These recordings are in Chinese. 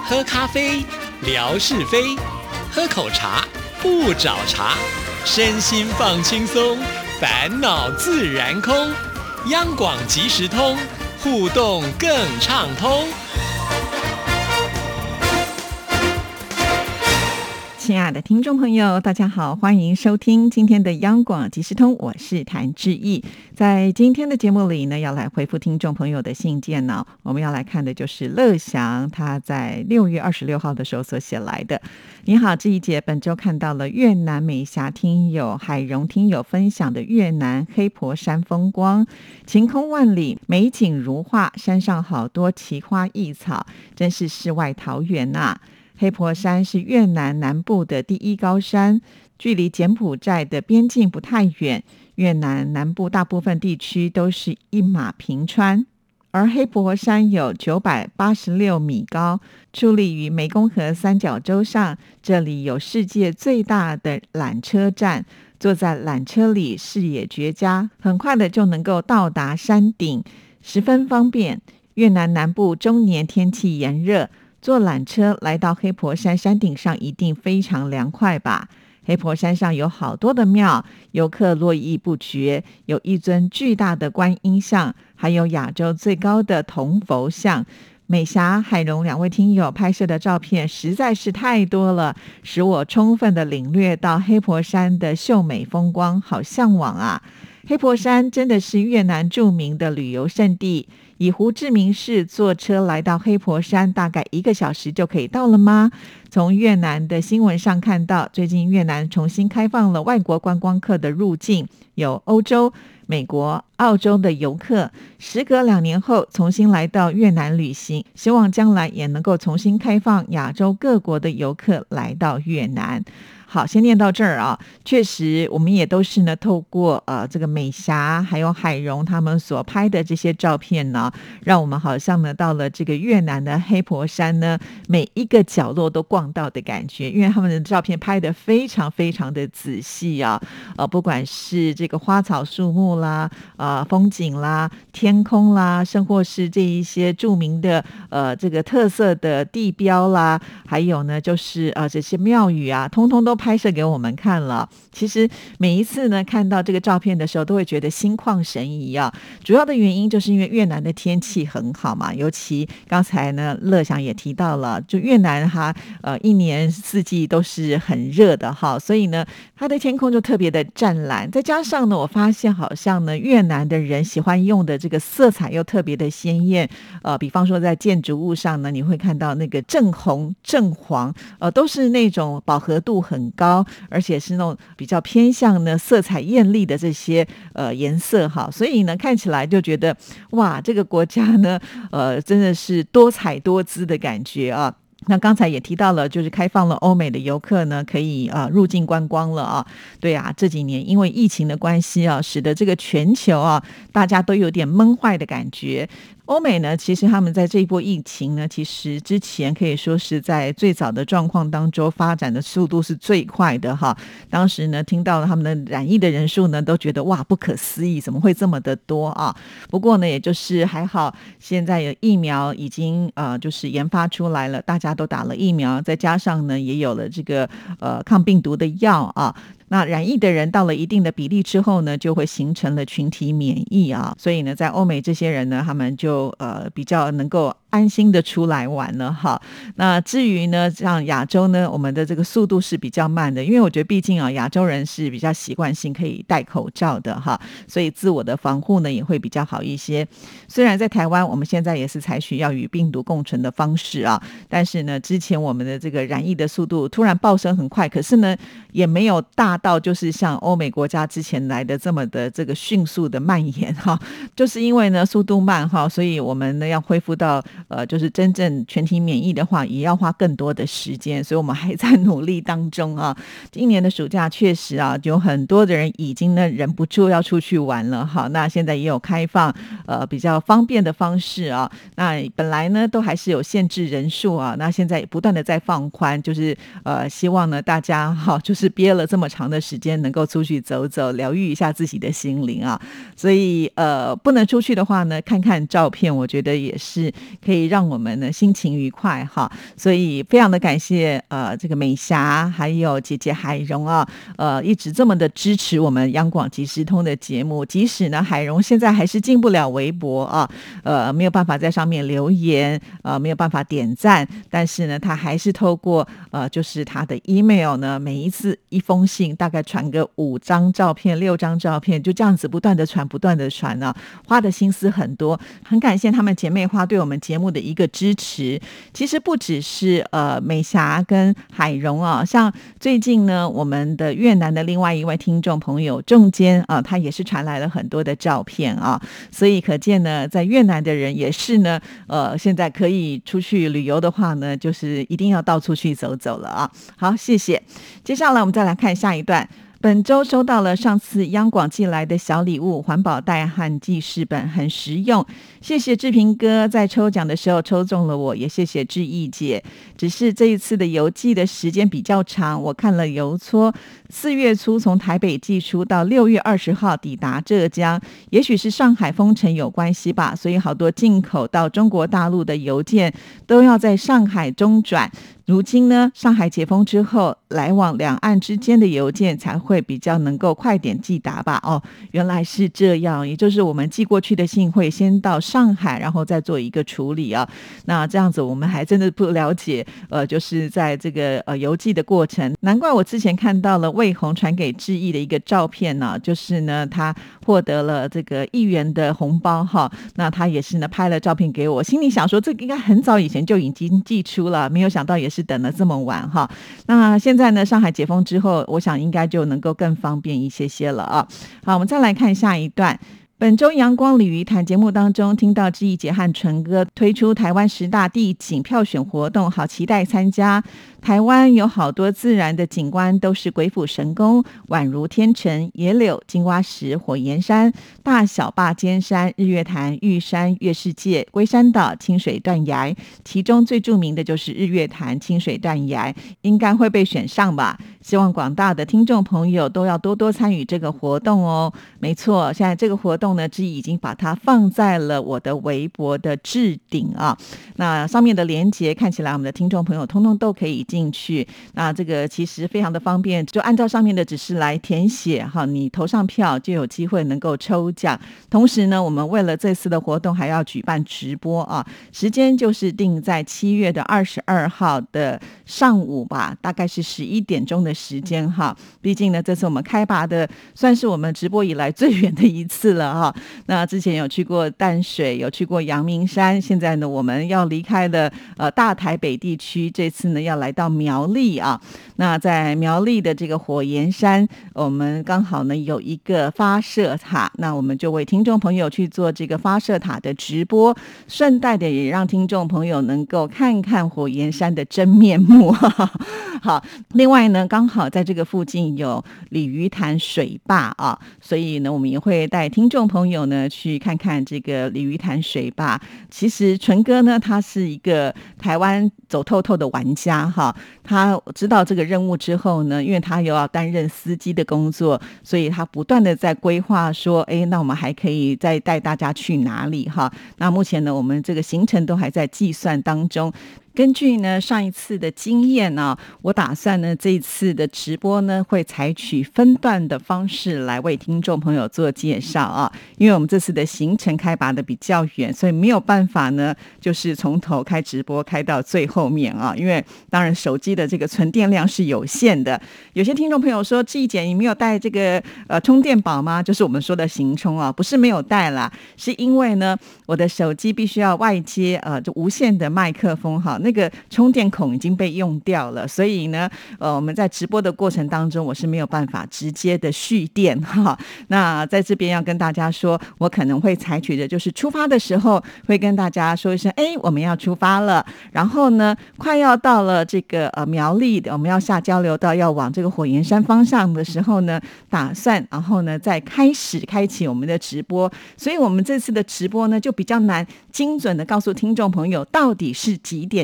喝咖啡，聊是非；喝口茶，不找茬。身心放轻松，烦恼自然空。央广即时通，互动更畅通。 亲爱的听众朋友，大家好，欢迎收听今天的央广即时通，我是谭志毅。在今天的节目里呢，要来回复听众朋友的信件呢，我们要来看的就是乐祥他在6月26号的时候所写来的。你好，志毅姐，本周看到了越南美霞听友海荣听友分享的越南黑婆山风光，晴空万里，美景如画，山上好多奇花异草，真是世外桃源啊。黑婆山是越南南部的第一高山，距离柬埔寨的边境不太远。越南南部大部分地区都是一马平川，而黑婆山有986米高，矗立于湄公河三角洲上。这里有世界最大的缆车站，坐在缆车里视野绝佳，很快的就能够到达山顶，十分方便。越南南部终年天气炎热，坐缆车来到黑婆山山顶上一定非常凉快吧。黑婆山上有好多的庙，游客络绎不绝，有一尊巨大的观音像，还有亚洲最高的铜佛像。美霞、海荣两位听友拍摄的照片实在是太多了，使我充分的领略到黑婆山的秀美风光，好向往啊。黑婆山真的是越南著名的旅游胜地，以胡志明市坐车来到黑婆山大概1个小时就可以到了吗？从越南的新闻上看到，最近越南重新开放了外国观光客的入境，有欧洲、美国、澳洲的游客，时隔2年后重新来到越南旅行，希望将来也能够重新开放亚洲各国的游客来到越南。好，先念到这儿啊。确实我们也都是呢透过这个美霞还有海荣他们所拍的这些照片呢，让我们好像呢到了这个越南的黑婆山呢，每一个角落都逛到的感觉，因为他们的照片拍得非常非常的仔细啊。不管是这个花草树木啦，风景啦，天空啦，甚或是这一些著名的这个特色的地标啦，还有呢就是这些庙宇啊，通通都拍摄给我们看了。其实每一次呢看到这个照片的时候，都会觉得心旷神怡啊。主要的原因就是因为越南的天气很好嘛，尤其刚才呢乐祥也提到了，就越南它一年四季都是很热的哈，所以呢它的天空就特别的湛蓝。再加上呢，我发现好像呢越南的人喜欢用的这个色彩又特别的鲜艳，比方说在建筑物上呢，你会看到那个正红、正黄，都是那种饱和度很高，而且是那种比较偏向呢色彩艳丽的这些颜色哈，所以呢看起来就觉得哇，这个国家呢真的是多彩多姿的感觉啊。那刚才也提到了，就是开放了欧美的游客呢可以入境观光了啊。对啊，这几年因为疫情的关系啊，使得这个全球啊大家都有点闷坏的感觉。欧美呢，其实他们在这一波疫情呢，其实之前可以说是在最早的状况当中发展的速度是最快的哈。当时呢，听到了他们的染疫的人数呢，都觉得哇，不可思议，怎么会这么的多啊？不过呢，也就是还好，现在有疫苗已经就是研发出来了，大家都打了疫苗，再加上呢，也有了这个抗病毒的药啊。那染疫的人到了一定的比例之后呢，就会形成了群体免疫啊，所以呢，在欧美这些人呢，他们就比较能够安心的出来玩了哈。那至于呢，像亚洲呢，我们的这个速度是比较慢的，因为我觉得毕竟啊，亚洲人是比较习惯性可以戴口罩的哈，所以自我的防护呢也会比较好一些。虽然在台湾我们现在也是采取要与病毒共存的方式啊，但是呢，之前我们的这个染疫的速度突然暴升很快，可是呢，也没有大到就是像欧美国家之前来的这么的这个迅速的蔓延哈，就是因为呢速度慢哈，所以我们呢要恢复到就是真正全体免疫的话，也要花更多的时间，所以我们还在努力当中啊。今年的暑假确实啊，有很多的人已经呢忍不住要出去玩了哈。那现在也有开放比较方便的方式啊。那本来呢都还是有限制人数啊，那现在不断的在放宽，就是希望呢大家就是憋了这么长的时间，能够出去走走，疗愈一下自己的心灵啊。所以不能出去的话呢，看看照片，我觉得也是可可以让我们呢心情愉快哈。所以非常的感谢这个美霞还有姐姐海蓉啊，一直这么的支持我们央广即时通的节目，即使呢海蓉现在还是进不了微博啊，没有办法在上面留言，没有办法点赞，但是呢他还是透过就是他的 email 呢，每一次一封信大概传个5张照片6张照片，就这样子不断的传啊，花的心思很多，很感谢他们姐妹花对我们节目的一个支持。其实不只是美霞跟海蓉啊，像最近呢我们的越南的另外一位听众朋友仲坚啊，他也是传来了很多的照片啊，所以可见呢在越南的人也是呢现在可以出去旅游的话呢，就是一定要到处去走走了啊。好，谢谢。接下来我们再来看下一段。本周收到了上次央广寄来的小礼物，环保袋和记事本，很实用。谢谢志平哥在抽奖的时候抽中了我，也谢谢志毅姐。只是这一次的邮寄的时间比较长，我看了邮戳，4月初从台北寄出到6月20号抵达浙江，也许是上海封城有关系吧，所以好多进口到中国大陆的邮件都要在上海中转。如今呢，上海解封之后，来往两岸之间的邮件才会比较能够快点寄达吧。哦，原来是这样，也就是我们寄过去的信会先到上海，然后再做一个处理啊。那这样子我们还真的不了解，就是在这个邮寄的过程，难怪我之前看到了魏红传给志毅的一个照片呢，就是呢他获得了这个1元的红包哈，那他也是呢拍了照片给我，心里想说这个应该很早以前就已经寄出了，没有想到也是等了这么晚哈。那现在呢，上海解封之后，我想应该就能够更方便一些了啊。好，我们再来看下一段。本周阳光鲤鱼潭节目当中，听到志毅姐和纯哥推出台湾10大地景票选活动，好期待参加。台湾有好多自然的景观都是鬼斧神工，宛如天成、野柳、金瓜石、火焰山、大小坝尖山、日月潭、玉山、月世界、龟山岛、清水断崖，其中最著名的就是日月潭清水断崖，应该会被选上吧。希望广大的听众朋友都要多多参与这个活动哦。没错，现在这个活动呢，志毅已经把它放在了我的微博的置顶啊。那上面的连结看起来我们的听众朋友通通都可以进去，那这个其实非常的方便，就按照上面的指示来填写哈，你投上票就有机会能够抽奖。同时呢，我们为了这次的活动还要举办直播啊，时间就是定在7月22号的上午吧，大概是11点钟的时间哈。毕竟呢，这次我们开拔的算是我们直播以来最远的一次了哈。那之前有去过淡水，有去过阳明山，现在呢我们要离开了大台北地区，这次呢要来到苗栗啊。那在苗栗的这个火焰山，我们刚好呢有一个发射塔，那我们就为听众朋友去做这个发射塔的直播，顺带的也让听众朋友能够看看火焰山的真面目。好，另外呢刚好在这个附近有鲤鱼潭水坝啊，所以呢我们也会带听众朋友呢去看看这个鲤鱼潭水坝。其实纯哥呢他是一个台湾走透透的玩家哈，他知道这个任务之后呢，因为他又要担任司机的工作，所以他不断的在规划说，那我们还可以再带大家去哪里哈。那目前呢我们这个行程都还在计算当中。根据呢上一次的经验呢，我打算呢这一次的直播呢会采取分段的方式来为听众朋友做介绍啊，因为我们这次的行程开拔的比较远，所以没有办法呢就是从头开直播开到最后面啊，因为当然手机的这个存电量是有限的。有些听众朋友说，志毅姐你没有带这个充电宝吗？就是我们说的行充啊，不是没有带啦，是因为呢我的手机必须要外接就无线的麦克风哈，那个充电孔已经被用掉了，所以呢我们在直播的过程当中我是没有办法直接的蓄电哈。那在这边要跟大家说，我可能会采取的就是出发的时候会跟大家说一声我们要出发了，然后呢快要到了这个苗栗的，我们要下交流道要往这个火焰山方向的时候呢，打算然后呢再开启我们的直播。所以我们这次的直播呢就比较难精准的告诉听众朋友到底是几点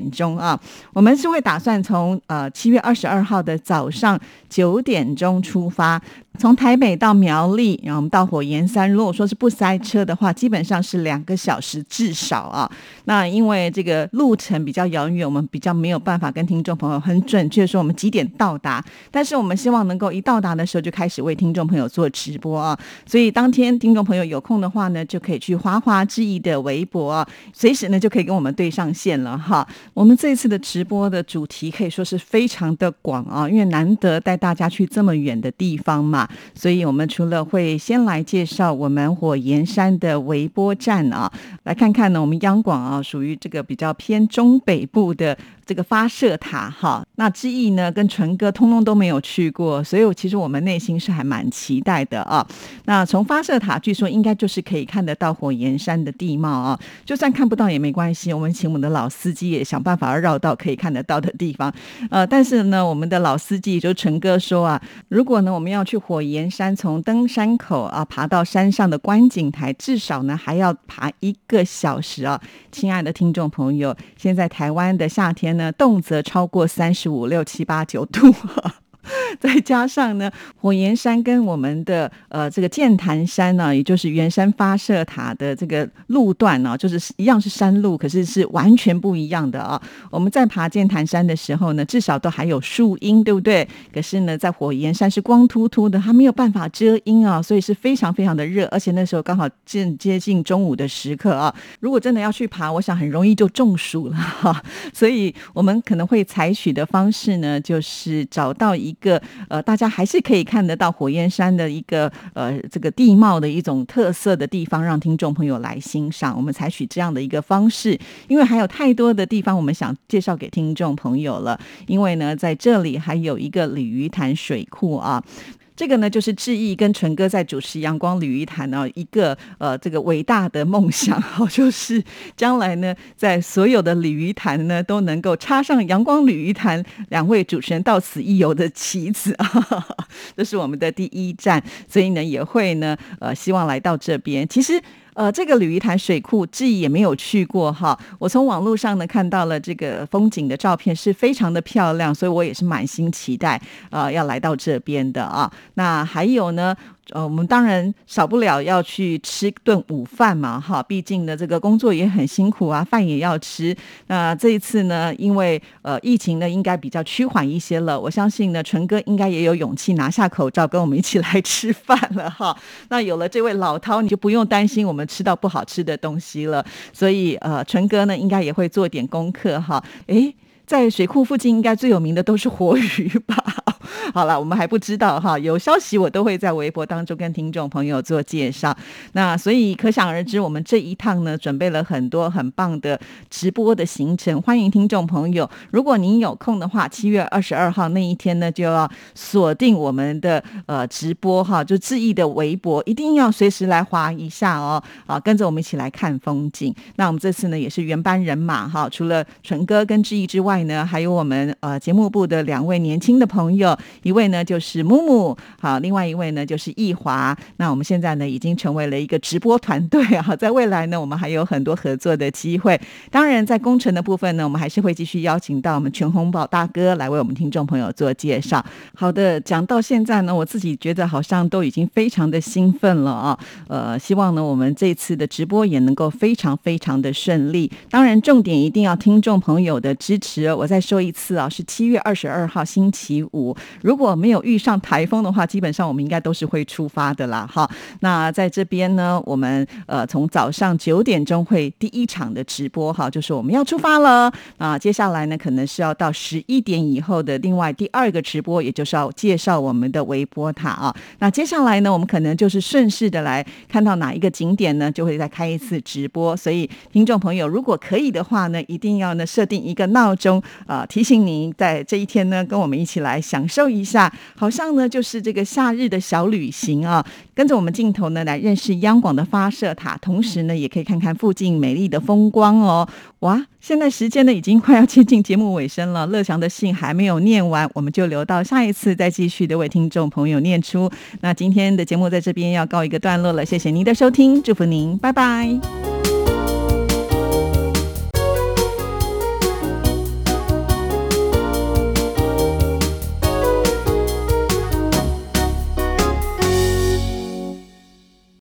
点钟啊。我们是会打算从7月22号的早上9点钟出发，从台北到苗栗，然后我们到火焰山，如果说是不塞车的话，基本上是2个小时至少啊。那因为这个路程比较遥远，我们比较没有办法跟听众朋友很准确说我们几点到达，但是我们希望能够一到达的时候就开始为听众朋友做直播啊。所以当天听众朋友有空的话呢，就可以去华华之意的微博啊，随时呢就可以跟我们对上线了哈。我们这一次的直播的主题可以说是非常的广啊，因为难得带大家去这么远的地方嘛，所以我们除了会先来介绍我们火焰山的微波站啊，来看看呢我们央广啊属于这个比较偏中北部的这个发射塔哈。那之意呢跟纯哥通通都没有去过，所以其实我们内心是还蛮期待的啊。那从发射塔据说应该就是可以看得到火焰山的地貌啊，就算看不到也没关系，我们请我们的老司机也想办法绕到可以看得到的地方。但是呢我们的老司机就是纯哥说啊，如果呢我们要去火焰山，从登山口啊爬到山上的观景台，至少呢还要爬1个小时啊。亲爱的听众朋友，现在台湾的夏天呢动辄超过35、6、7、8、9度再加上呢火焰山跟我们的这个剑潭山呢，也就是圆山发射塔的这个路段呢，就是一样是山路，可是是完全不一样的啊。我们在爬剑潭山的时候呢，至少都还有树荫，对不对？可是呢在火焰山是光秃秃的，它没有办法遮阴啊，所以是非常非常的热，而且那时候刚好正接近中午的时刻啊。如果真的要去爬，我想很容易就中暑了哈。所以我们可能会采取的方式呢，就是找到一个大家还是可以看得到火焰山的一个这个地貌的一种特色的地方，让听众朋友来欣赏。我们采取这样的一个方式，因为还有太多的地方我们想介绍给听众朋友了。因为呢在这里还有一个鲤鱼潭水库啊，这个呢就是志毅跟纯哥在主持阳光鲤鱼潭呢一个这个伟大的梦想，就是将来呢在所有的鲤鱼潭呢都能够插上阳光鲤鱼潭2位主持人到此一游的旗子这是我们的第1站，所以呢也会呢希望来到这边。其实这个鲤鱼潭水库志毅也没有去过哈，我从网络上呢看到了这个风景的照片，是非常的漂亮，所以我也是满心期待要来到这边的啊。那还有呢我们当然少不了要去吃顿午饭嘛哈，毕竟呢这个工作也很辛苦啊，饭也要吃。那这一次呢因为疫情呢应该比较趋缓一些了，我相信呢纯哥应该也有勇气拿下口罩跟我们一起来吃饭了哈。那有了这位老饕，你就不用担心我们吃到不好吃的东西了，所以纯哥呢应该也会做点功课哈。在水库附近应该最有名的都是活鱼吧好了，我们还不知道哈，有消息我都会在微博当中跟听众朋友做介绍。那所以可想而知，我们这一趟呢准备了很多很棒的直播的行程，欢迎听众朋友，如果您有空的话，7月22号那一天呢就要锁定我们的直播哈，就志毅的微博，一定要随时来滑一下哦，跟着我们一起来看风景。那我们这次呢也是原班人马哈，除了纯哥跟志毅之外呢，还有我们节目部的2位年轻的朋友，一位呢就是木木，好，另外一位呢就是易华。那我们现在呢已经成为了一个直播团队啊，在未来呢我们还有很多合作的机会。当然在工程的部分呢，我们还是会继续邀请到我们全红宝大哥来为我们听众朋友做介绍。好的，讲到现在呢，我自己觉得好像都已经非常的兴奋了啊。希望呢我们这次的直播也能够非常非常的顺利。当然重点一定要听众朋友的支持，我再说一次啊，是7月22号星期五。如果没有遇上台风的话，基本上我们应该都是会出发的啦哈。那在这边呢，我们从早上9点钟会第1场的直播哈，就是我们要出发了啊。接下来呢，可能是要到11点以后的另外第2个直播，也就是要介绍我们的微波塔啊。那接下来呢，我们可能就是顺势的来看到哪一个景点呢，就会再开一次直播。所以听众朋友，如果可以的话呢，一定要呢设定一个闹钟提醒您在这一天呢，跟我们一起来享受一下，好像呢就是这个夏日的小旅行啊。跟着我们镜头呢来认识央广的发射塔，同时呢也可以看看附近美丽的风光哦。哇，现在时间呢已经快要接近节目尾声了，乐祥的信还没有念完，我们就留到下一次再继续的为听众朋友念出。那今天的节目在这边要告一个段落了，谢谢您的收听，祝福您，拜拜。